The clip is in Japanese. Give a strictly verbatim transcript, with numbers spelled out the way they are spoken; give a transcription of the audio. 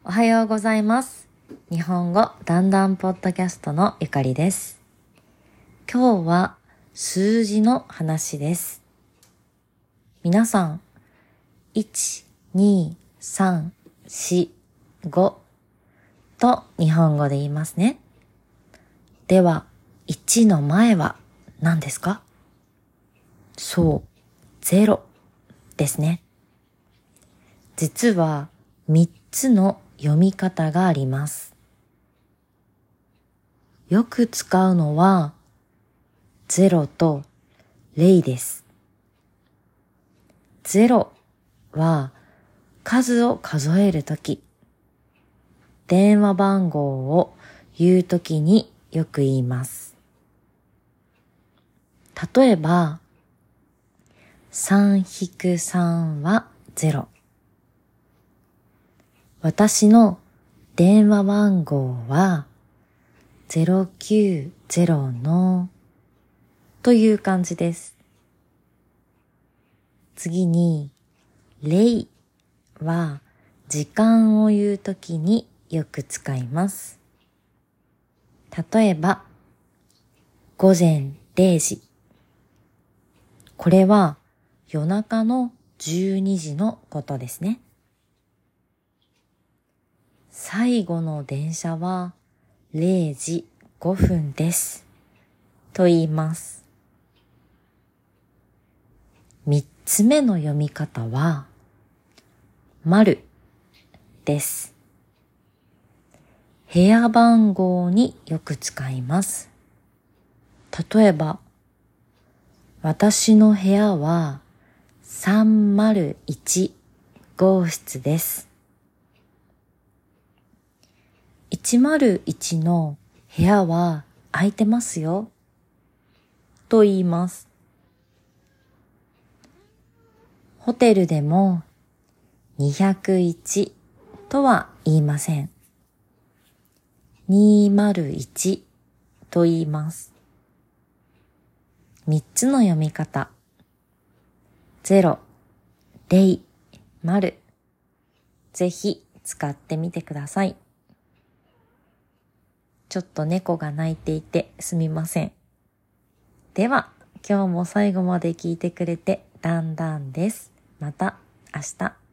おはようございます。日本語だんだんポッドキャストのゆかりです。今日は数字の話です。皆さん、いち、に、さん、し、ごと日本語で言いますね。では、いちの前は何ですか？そう、ゼロですね。実はみっつの読み方があります。よく使うのはゼロとゼロです。ゼロは数を数えるとき、電話番号を言うときによく言います。例えば、さんひくさん はゼロ。私の電話番号はゼロきゅうゼロのという感じです。次に、ゼロは時間を言うときによく使います。例えば、午前れいじ。これは夜中のじゅうにじのことですね。最後の電車はれいじごふんです。と言います。三つ目の読み方は、丸です。部屋番号によく使います。例えば、私の部屋はさんまるいち号室です。いちまるいちの部屋は空いてますよ。と言います。ホテルでもにひゃくいちとは言いません。にまるいちと言います。三つの読み方。ゼロ、ゼロ、丸。ぜひ使ってみてください。ちょっと猫が鳴いていてすみません。では、今日も最後まで聞いてくれてだんだんです。また明日。